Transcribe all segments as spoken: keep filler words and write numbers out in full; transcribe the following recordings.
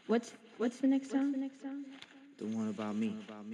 What's what's the next song? The one about me.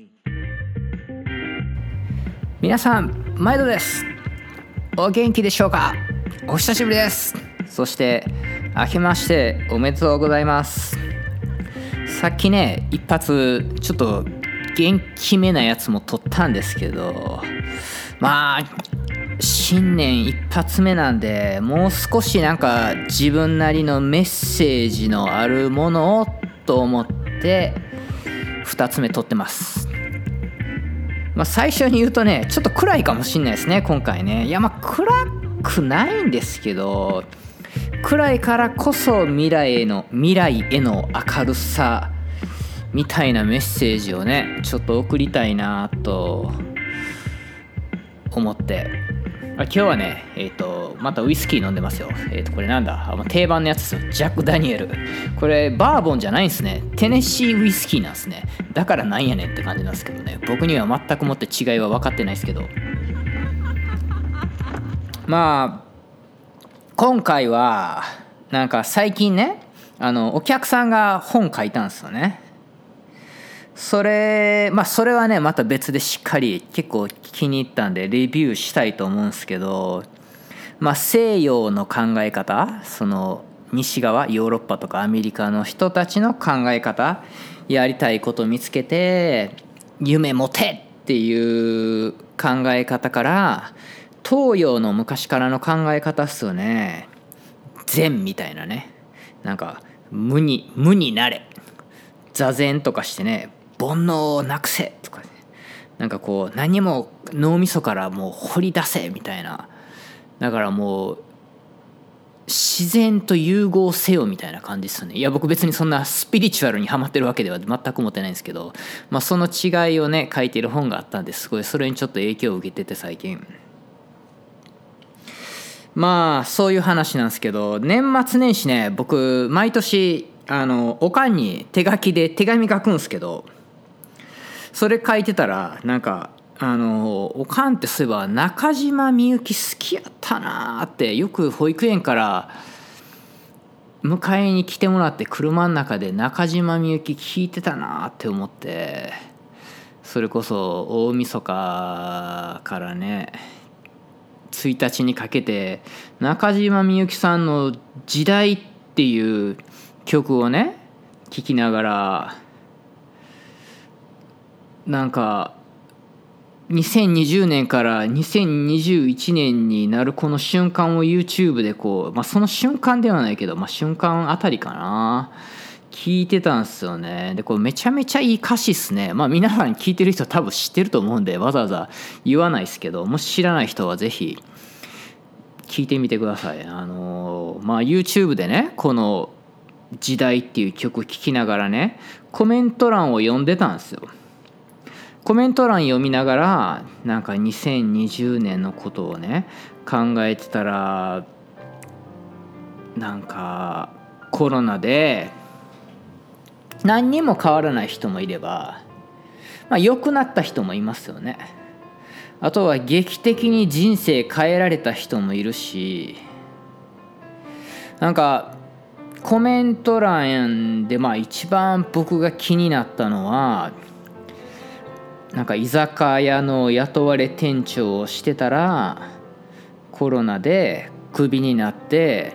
皆さん、毎度です。お元気でしょうか？お久しぶりです。そして明けましておめでとうございます。さっきね、一発ちょっと元気めなやつも撮ったんですけど、まあ新年一発目なんで、もう少しなんか自分なりのメッセージのあるものをと思って二つ目撮ってます。まあ、最初に言うとね、ちょっと暗いかもしれないですね、今回ね。いや、まあ暗くないんですけど、暗いからこそ未来への未来への明るさみたいなメッセージをね、ちょっと送りたいなと思って、今日はね、えーと、またウイスキー飲んでますよ。えーと、これなんだ、定番のやつですよ。ジャック・ダニエル。これバーボンじゃないんですね。テネシーウイスキーなんですね。だからなんやねんって感じなんですけどね。僕には全くもって違いは分かってないですけど。まあ、今回は、なんか最近ね、あの、お客さんが本書いたんですよね。それまあそれはねまた別でしっかり結構気に入ったんでレビューしたいと思うんですけど、まあ西洋の考え方、その西側ヨーロッパとかアメリカの人たちの考え方、やりたいことを見つけて夢持てっていう考え方から東洋の昔からの考え方っすよね。禅みたいなね、なんか無に無になれ、座禅とかしてね、煩悩をなくせとかね、なんかこう何も脳みそからもう掘り出せみたいな、だからもう自然と融合せよみたいな感じですよね。いや僕別にそんなスピリチュアルにハマってるわけでは全く思ってないんですけど、まあその違いをね書いてる本があったんですごいそれにちょっと影響を受けてて最近。まあそういう話なんですけど、年末年始ね僕毎年あのおかんに手書きで手紙書くんですけど、それ書いてたらなんかあのおかんってそういえば中島みゆき好きやったなーって、よく保育園から迎えに来てもらって車の中で中島みゆき聴いてたなーって思って、それこそ大晦日からねついたちにかけて中島みゆきさんの時代っていう曲をね聴きながら、なんかにせんにじゅうねんからにせんにじゅういちねんになるこの瞬間を YouTube でこう、まあその瞬間ではないけど、まあ瞬間あたりかな聞いてたんですよね。でこれめちゃめちゃいい歌詞っすね。まあ皆さん聞いてる人多分知ってると思うんでわざわざ言わないですけど、もし知らない人はぜひ聞いてみてください。あのまあ YouTube でねこの時代っていう曲聴きながらねコメント欄を読んでたんですよ。コメント欄読みながらなんかにせんにじゅうねんのことをね考えてたら、なんかコロナで何にも変わらない人もいれば、まあ良くなった人もいますよね。あとは劇的に人生変えられた人もいるし、なんかコメント欄でまあ一番僕が気になったのは、なんか居酒屋の雇われ店長をしてたらコロナでクビになって、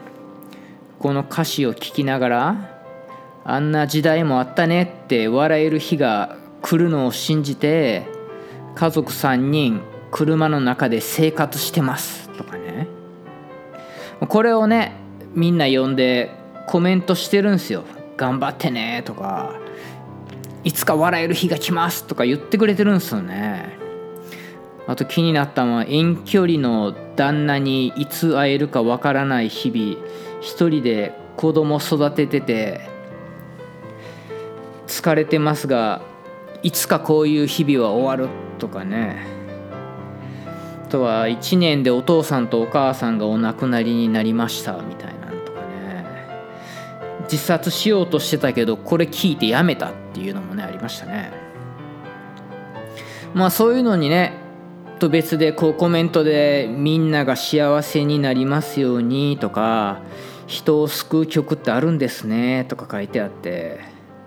この歌詞を聞きながらあんな時代もあったねって笑える日が来るのを信じて家族さんにん車の中で生活してますとかね、これをねみんな読んでコメントしてるんですよ。頑張ってねとか、いつか笑える日が来ますとか言ってくれてるんですよね。あと気になったのは、遠距離の旦那にいつ会えるかわからない日々、一人で子供育ててて疲れてますがいつかこういう日々は終わるとかね。あとはいちねんでお父さんとお母さんがお亡くなりになりましたみたいなのとかね。自殺しようとしてたけどこれ聞いてやめたっていうのもねありましたね。まあそういうのにねと別でこうコメントでみんなが幸せになりますようにとか、人を救う曲ってあるんですねとか書いてあって、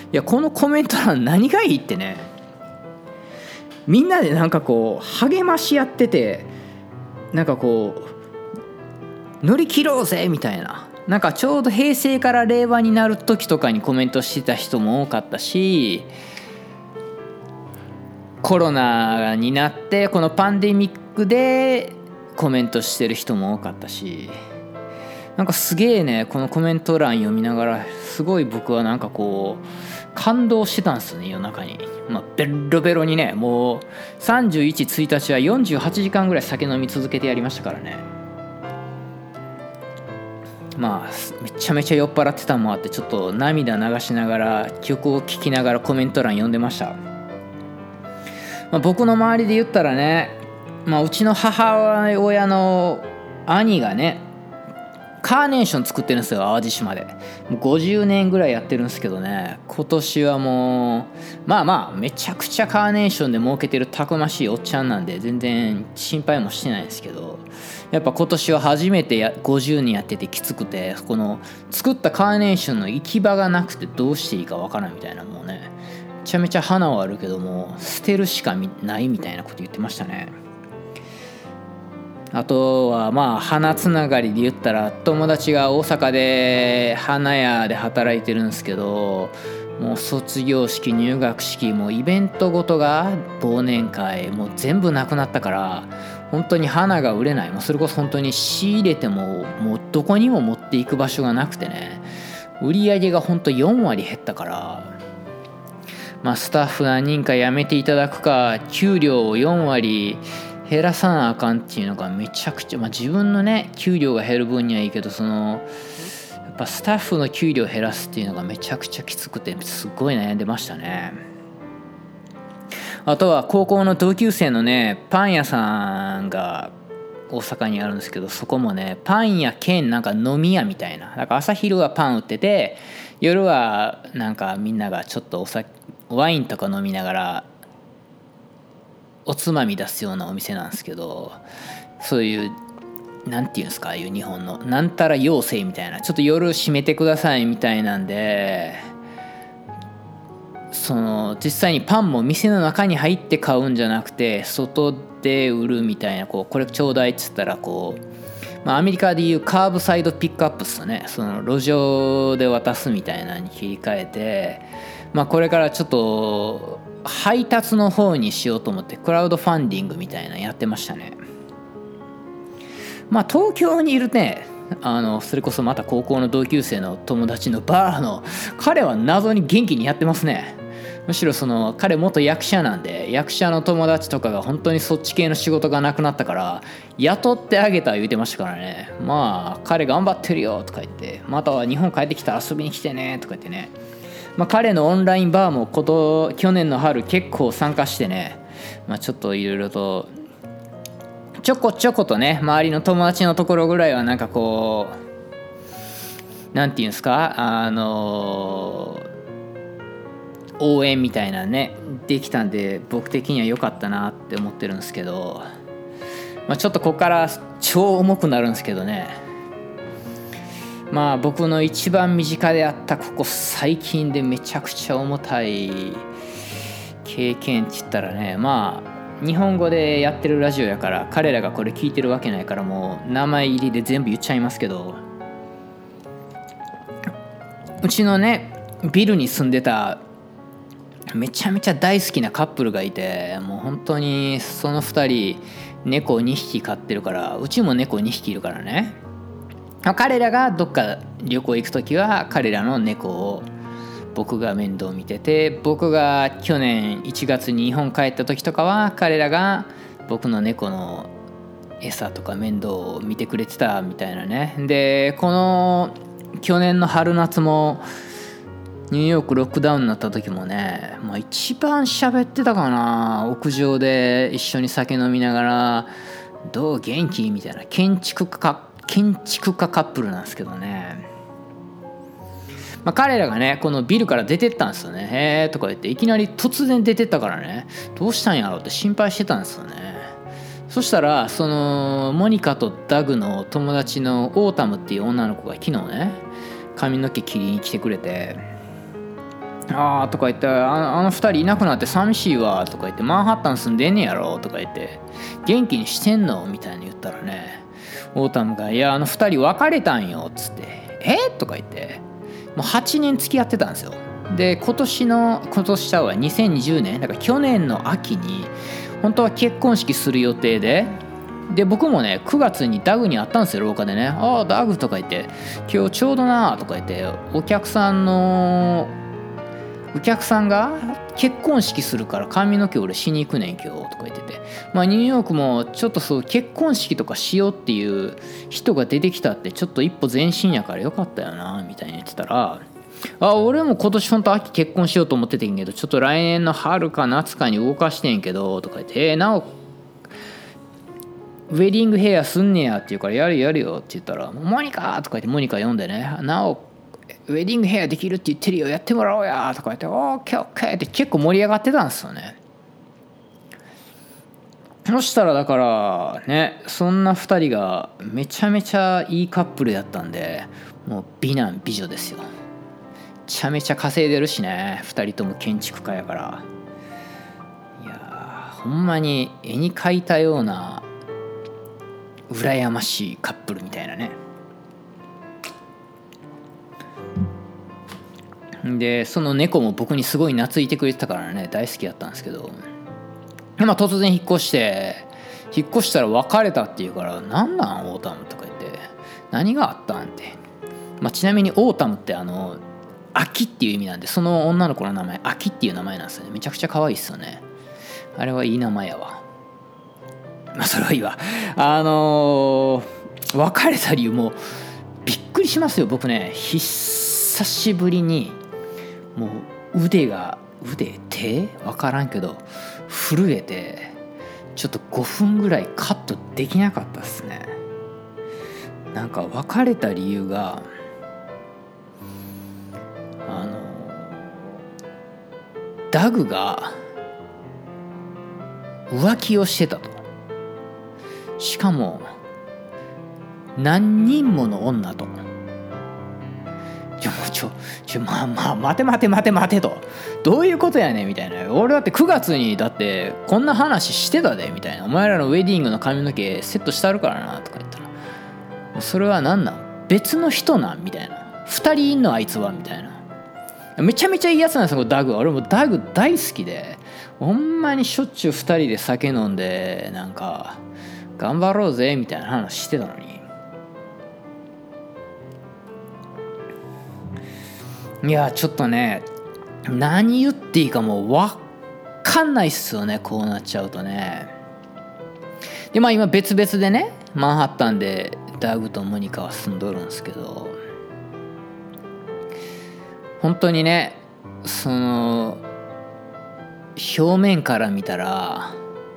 やこのコメント欄何がいいってね、みんなでなんかこう励まし合ってて、なんかこう乗り切ろうぜみたいな、なんかちょうど平成から令和になる時とかにコメントしてた人も多かったし、コロナになってこのパンデミックでコメントしてる人も多かったし、なんかすげえね、このコメント欄読みながらすごい僕はなんかこう感動してたんですよね、夜中に。まあベロベロにね、もうさんじゅういち、ついたちはよんじゅうはちじかんぐらい酒飲み続けてやりましたからね。まあめちゃめちゃ酔っ払ってたのもあって、ちょっと涙流しながら曲を聴きながらコメント欄読んでました。まあ、僕の周りで言ったらね、まあ、うちの母親の兄がねカーネーション作ってるんですよ、淡路島で。もうごじゅうねんぐらいやってるんですけどね、今年はもうまあまあめちゃくちゃカーネーションで儲けてるたくましいおっちゃんなんで全然心配もしてないんですけど、やっぱ今年は初めてやごじゅうねんやっててきつくて、この作ったカーネーションの行き場がなくてどうしていいかわからんみたいな、もうねめちゃめちゃ花はあるけども捨てるしかないみたいなこと言ってましたね。あとはまあ花つながりで言ったら、友達が大阪で花屋で働いてるんですけど、もう卒業式、入学式、もうイベントごとが忘年会もう全部なくなったから、本当に花が売れない。もうそれこそ本当に仕入れてももうどこにも持っていく場所がなくてね、売り上げが本当よんわり減ったから、まあスタッフ何人か辞めていただくか、給料をよんわり減らさなあかんっていうのがめちゃくちゃ、まあ、自分のね給料が減る分にはいいけど、そのやっぱスタッフの給料減らすっていうのがめちゃくちゃきつくて、すごい悩んでましたね。あとは高校の同級生のねパン屋さんが大阪にあるんですけど、そこもねパン屋兼なんか飲み屋みたいな、だから朝昼はパン売ってて、夜はなんかみんながちょっとお酒ワインとか飲みながらおつまみ出すようなお店なんですけど、そういうなんていうんですか、ああいう日本のなんたら要請みたいな、ちょっと夜閉めてくださいみたいなんで、その実際にパンも店の中に入って買うんじゃなくて外で売るみたいな、こうこれちょうだいっつったらこう、まあ、アメリカでいうカーブサイドピックアップっすよね、その路上で渡すみたいなのに切り替えて、まあこれからちょっと配達の方にしようと思ってクラウドファンディングみたいなのやってましたね。まあ東京にいるね、あのそれこそまた高校の同級生の友達のバーの彼は謎に元気にやってますね。むしろその彼元役者なんで、役者の友達とかが本当にそっち系の仕事がなくなったから雇ってあげた言うてましたからね。まあ彼頑張ってるよとか言って、または日本帰ってきたら遊びに来てねとか言ってね、まあ、彼のオンラインバーもこと去年の春結構参加してね、まあ、ちょっといろいろとちょこちょことね周りの友達のところぐらいはなんかこうなんていうんですか、あの応援みたいなねできたんで、僕的には良かったなって思ってるんですけど、まあ、ちょっとここから超重くなるんですけどね、まあ僕の一番身近であったここ最近でめちゃくちゃ重たい経験って言ったらね、まあ日本語でやってるラジオやから彼らがこれ聞いてるわけないからもう名前入りで全部言っちゃいますけど、うちのねビルに住んでためちゃめちゃ大好きなカップルがいて、もう本当にそのふたり猫にひき飼ってるから、うちも猫にひきいるからね、彼らがどっか旅行行くときは彼らの猫を僕が面倒見てて、僕が去年いちがつに日本帰った時とかは彼らが僕の猫の餌とか面倒を見てくれてたみたいなね。でこの去年の春夏もニューヨークロックダウンになった時もね、まあ、一番喋ってたかな、屋上で一緒に酒飲みながらどう元気みたいな、建築家建築家カップルなんですけどね、まあ、彼らがねこのビルから出てったんですよね。へーとか言っていきなり突然出てったからね、どうしたんやろうって心配してたんですよね。そしたらそのモニカとダグの友達のオータムっていう女の子が昨日ね髪の毛切りに来てくれて、 あーとか言って、ああの二人いなくなって寂しいわとか言って、マンハッタン住んでんねやろとか言って、元気にしてんのみたいに言ったらね、オータムが、いやあの二人別れたんよっつって、えとか言って、もうはちねん付き合ってたんですよ。で今年の今年はにせんにじゅうねんだから去年の秋に本当は結婚式する予定で、で僕もねくがつにダグに会ったんですよ、廊下でね。ああダグとか言って、今日ちょうどなとか言って、お客さんのお客さんが結婚式するから髪の毛俺しに行くねん今日とか言ってて、まあニューヨークもちょっとそう結婚式とかしようっていう人が出てきたって、ちょっと一歩前進やからよかったよなみたいに言ってたら、あ俺も今年本当秋結婚しようと思っててんけど、ちょっと来年の春か夏かに動かしてんけどとか言って、えー、なおウェディングヘアすんねやって言うから、やるやるよって言ったら、モニカとか言ってモニカ呼んでね、なおウェディングヘアできるって言ってるよ、やってもらおうやとか言って、オーケーオーケーって結構盛り上がってたんですよね。そしたらだからね、そんなふたりがめちゃめちゃいいカップルやったんで、もう美男美女ですよ。めちゃめちゃ稼いでるしね、ふたりとも建築家やから。いやほんまに絵に描いたような羨ましいカップルみたいなね。でその猫も僕にすごい懐いてくれてたからね、大好きだったんですけど、まあ突然引っ越して引っ越したら別れたっていうから、なんなんオータムとか言って、何があったんって、まあ、ちなみにオータムってあの秋っていう意味なんで、その女の子の名前秋っていう名前なんですよね。めちゃくちゃ可愛いっすよね。あれはいい名前やわ。まあそれはいいわ。あのー、別れた理由もびっくりしますよ。僕ね久しぶりにもう腕が腕手分からんけど震えて、ちょっとごふんぐらいカットできなかったっすね。なんか別れた理由が、あのダグが浮気をしてたと。しかも何人もの女と。ちょちょちょまあまあ待て待て待て待てと、どういうことやねんみたいな。俺だってくがつにだってこんな話してたでみたいな、お前らのウェディングの髪の毛セットしてあるからなとか言ったら、それは何なん、別の人なんみたいな、ふたりいんのあいつはみたいな。めちゃめちゃいいやつなんですよダグは。俺もダグ大好きで、ほんまにしょっちゅうふたりで酒飲んでなんか頑張ろうぜみたいな話してたのに、いやちょっとね何言っていいかもう分かんないっすよね、こうなっちゃうとね。でまあ今別々でねマンハッタンでダグとモニカは住んどるんですけど、本当にねその表面から見たら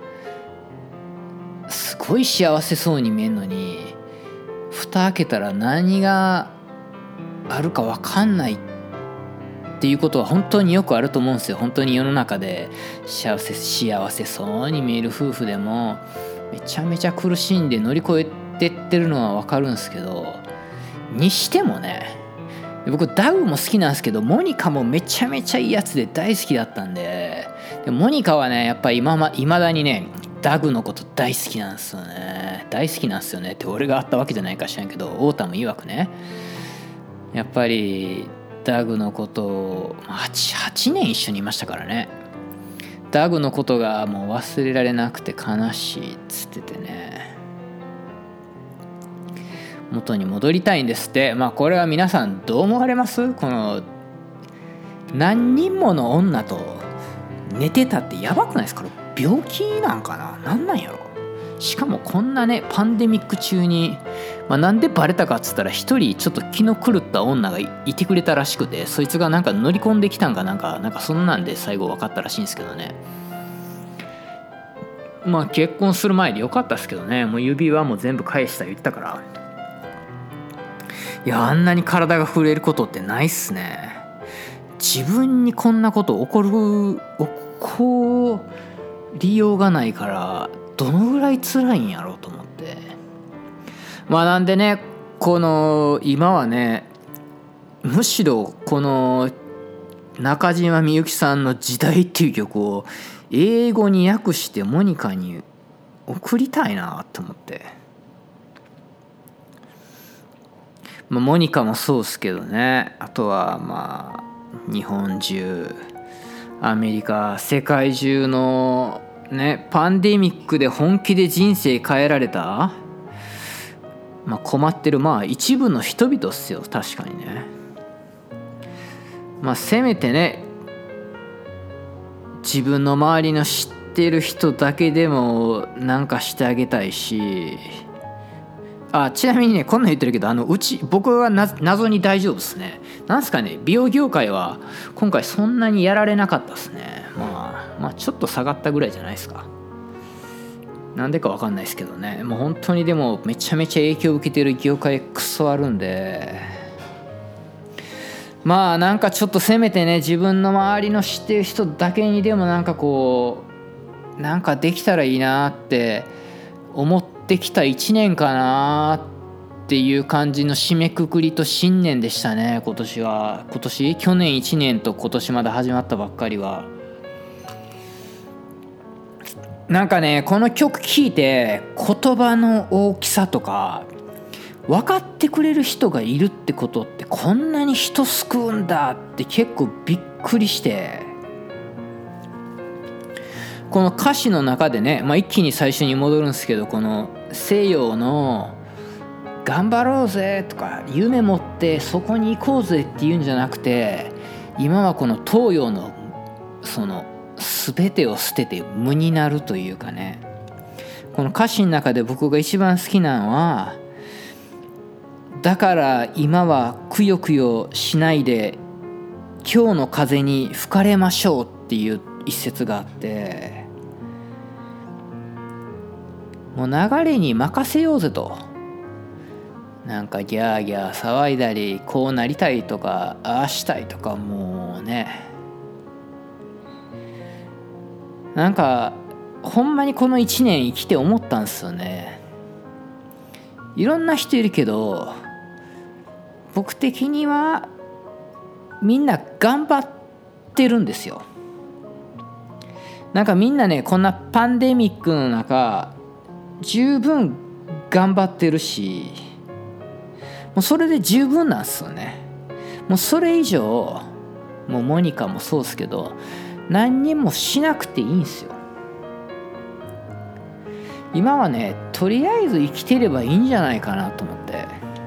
すごい幸せそうに見えるのに、蓋開けたら何があるか分かんないっていうことは本当によくあると思うんですよ。本当に世の中で幸せ幸せそうに見える夫婦でもめちゃめちゃ苦しんで乗り越えてってるのは分かるんですけど、にしてもね、僕ダグも好きなんですけどモニカもめちゃめちゃいいやつで大好きだったんで、でモニカはねやっぱり今ま未だにねダグのこと大好きなんですよね。大好きなんですよねって俺があったわけじゃないか知らんけど、オータム曰くね、やっぱりダグのことを 8, はちねん一緒にいましたからね。ダグのことがもう忘れられなくて悲しいっつっててね、元に戻りたいんですって。まあこれは皆さんどう思われます？この何人もの女と寝てたってやばくないですか？病気なんかな、なんなんやろ。しかもこんなねパンデミック中に、まあ、なんでバレたかっつったら一人ちょっと気の狂った女が い, いてくれたらしくて、そいつがなんか乗り込んできたんかなんかなんかそんなんで最後分かったらしいんですけどね。まあ結婚する前でよかったですけどね、もう指輪も全部返した言ったから。いやあんなに体が震えることってないっすね。自分にこんなこと起こる起こりようがないからどのぐらい辛いんやろうと思って、まあなんでねこの今はねむしろこの中島みゆきさんの時代っていう曲を英語に訳してモニカに送りたいなと思って、まあ、モニカもそうですけどね、あとはまあ日本中アメリカ世界中のねパンデミックで本気で人生変えられた、まあ、困ってるまあ一部の人々っすよ。確かにね、まあせめてね自分の周りの知ってる人だけでもなんかしてあげたいし、あちなみにねこんなん言ってるけど、あのうち僕はな謎に大丈夫ですね。なんすかね、美容業界は今回そんなにやられなかったですね。まあまあちょっと下がったぐらいじゃないですか。なんでか分かんないですけどね、もう本当にでもめちゃめちゃ影響を受けてる業界クソあるんで、まあなんかちょっとせめてね自分の周りの知ってる人だけにでもなんかこうなんかできたらいいなって思ってきたいちねんかなっていう感じの締めくくりと新年でしたね。今年は今年去年いちねんと今年まだ始まったばっかりはなんかねこの曲聴いて言葉の大きさとか分かってくれる人がいるってことってこんなに人救うんだって結構びっくりして、この歌詞の中でね、まあ、一気に最初に戻るんですけど、この西洋の頑張ろうぜとか夢持ってそこに行こうぜっていうんじゃなくて、今はこの東洋のその全てを捨てて無になるというかね、この歌詞の中で僕が一番好きなのは、だから今はくよくよしないで今日の風に吹かれましょうっていう一節があって、もう流れに任せようぜと、なんかギャーギャー騒いだりこうなりたいとかああしたいとか、もうねなんかほんまにこのいちねん生きて思ったんですよね。いろんな人いるけど僕的にはみんな頑張ってるんですよ。なんかみんなねこんなパンデミックの中十分頑張ってるし、もうそれで十分なんですよね。もうそれ以上もうモニカもそうですけど何にもしなくていいんですよ。今はねとりあえず生きてればいいんじゃないかなと思って、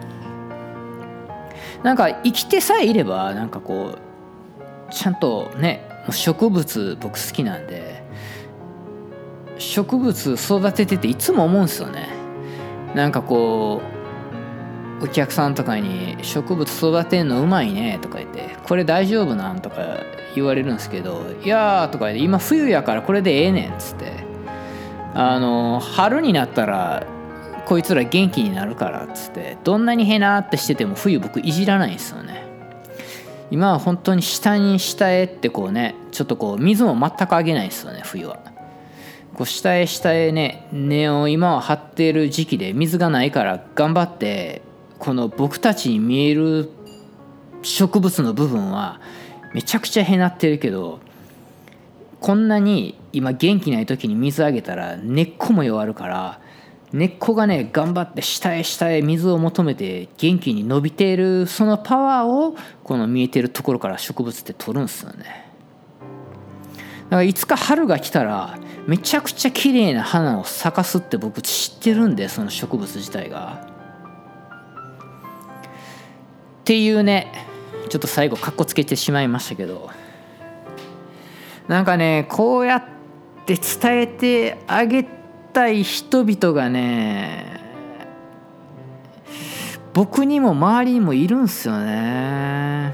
なんか生きてさえいればなんかこうちゃんとね、植物僕好きなんで植物育ててていつも思うんですよね。なんかこうお客さんとかに植物育てんのうまいねとか言って、これ大丈夫なんとか言われるんですけど、いやーとか言って今冬やからこれでええねんっつって、あの春になったらこいつら元気になるからっつって、どんなにへなってしてても冬僕いじらないんですよね。今は本当に下に下へってこうね、ちょっとこう水も全くあげないんですよね。冬はこう下へ下へね根を今は張っている時期で水がないから頑張ってこの僕たちに見える植物の部分はめちゃくちゃへなってるけど、こんなに今元気ない時に水あげたら根っこも弱るから、根っこがね頑張って下へ下へ水を求めて元気に伸びているそのパワーをこの見えてるところから植物って取るんですよね。だからいつか春が来たらめちゃくちゃ綺麗な花を咲かすって僕知ってるんで、その植物自体がっていうね、ちょっと最後カッコつけてしまいましたけど、なんかねこうやって伝えてあげたい人々がね僕にも周りにもいるんすよね。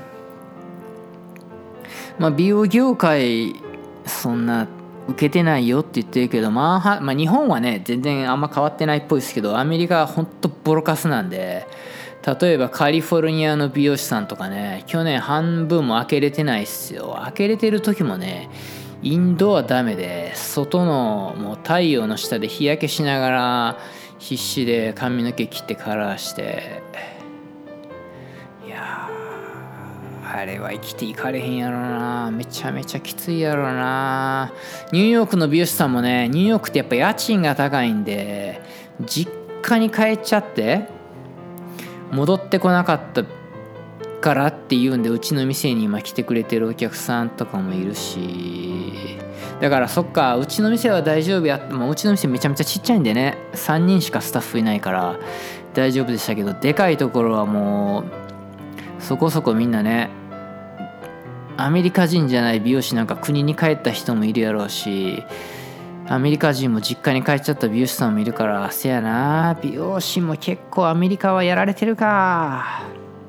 まあ美容業界そんな受けてないよって言ってるけど、まあは、まあ、日本はね全然あんま変わってないっぽいですけど、アメリカはほんとボロカスなんで、例えばカリフォルニアの美容師さんとかね去年半分も開けれてないっすよ。開けれてる時もねインドはダメで外のもう太陽の下で日焼けしながら必死で髪の毛切ってカラーして、いやあれは生きていかれへんやろな。めちゃめちゃきついやろな。ニューヨークの美容師さんもね、ニューヨークってやっぱ家賃が高いんで、実家に帰っちゃって戻ってこなかったからっていうんで、うちの店に今来てくれてるお客さんとかもいるし、だからそっか、うちの店は大丈夫やって、もううちの店めちゃめちゃちっちゃいんでね、さんにんしかスタッフいないから大丈夫でしたけど、でかいところはもうそこそこみんなね、アメリカ人じゃない美容師なんか国に帰った人もいるやろうし、アメリカ人も実家に帰っちゃった美容師さんもいるから、せやな、美容師も結構アメリカはやられてるか。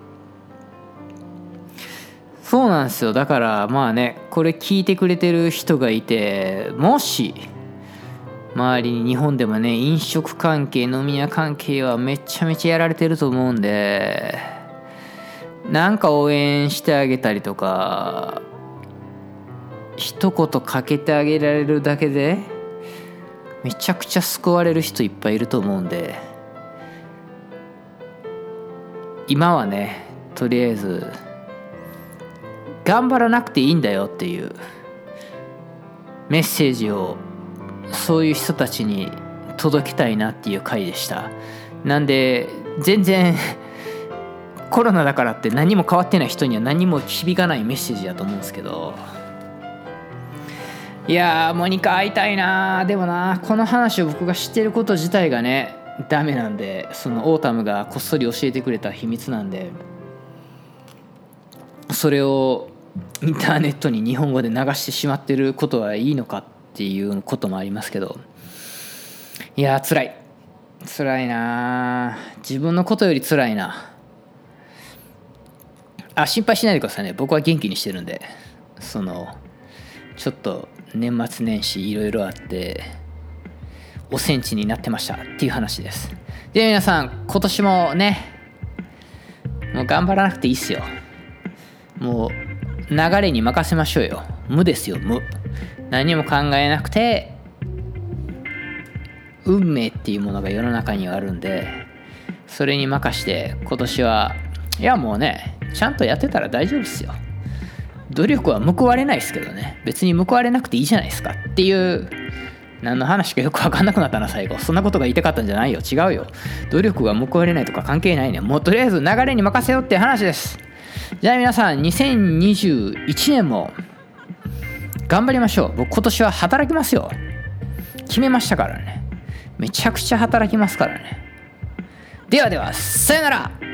そうなんですよ。だからまあね、これ聞いてくれてる人がいて、もし周りに日本でもね、飲食関係、飲み屋関係はめちゃめちゃやられてると思うんで、なんか応援してあげたりとか、一言かけてあげられるだけでめちゃくちゃ救われる人いっぱいいると思うんで、今はね、とりあえず頑張らなくていいんだよっていうメッセージをそういう人たちに届けたいなっていう回でした。なんで全然コロナだからって何も変わってない人には何も響かないメッセージだと思うんですけど、いやーモニカ会いたいな。でもな、この話を僕が知ってること自体がねダメなんで、そのオータムがこっそり教えてくれた秘密なんで、それをインターネットに日本語で流してしまってることはいいのかっていうこともありますけど、いやー辛い辛いな。自分のことより辛いなあ。心配しないでくださいね、僕は元気にしてるんで。そのちょっと年末年始いろいろあっておセンチになってましたっていう話です。で皆さん、今年もね、もう頑張らなくていいっすよ。もう流れに任せましょうよ。無ですよ、無。何も考えなくて、運命っていうものが世の中にはあるんで、それに任して今年は、いやもうね、ちゃんとやってたら大丈夫ですよ。努力は報われないですけどね、別に報われなくていいじゃないですかっていう、何の話かよく分かんなくなったな最後。そんなことが言いたかったんじゃないよ。違うよ。努力が報われないとか関係ないね。もうとりあえず流れに任せようって話です。じゃあ皆さん、にせんにじゅういちねんも頑張りましょう。僕今年は働きますよ。決めましたからね。めちゃくちゃ働きますからね。ではでは、さよなら。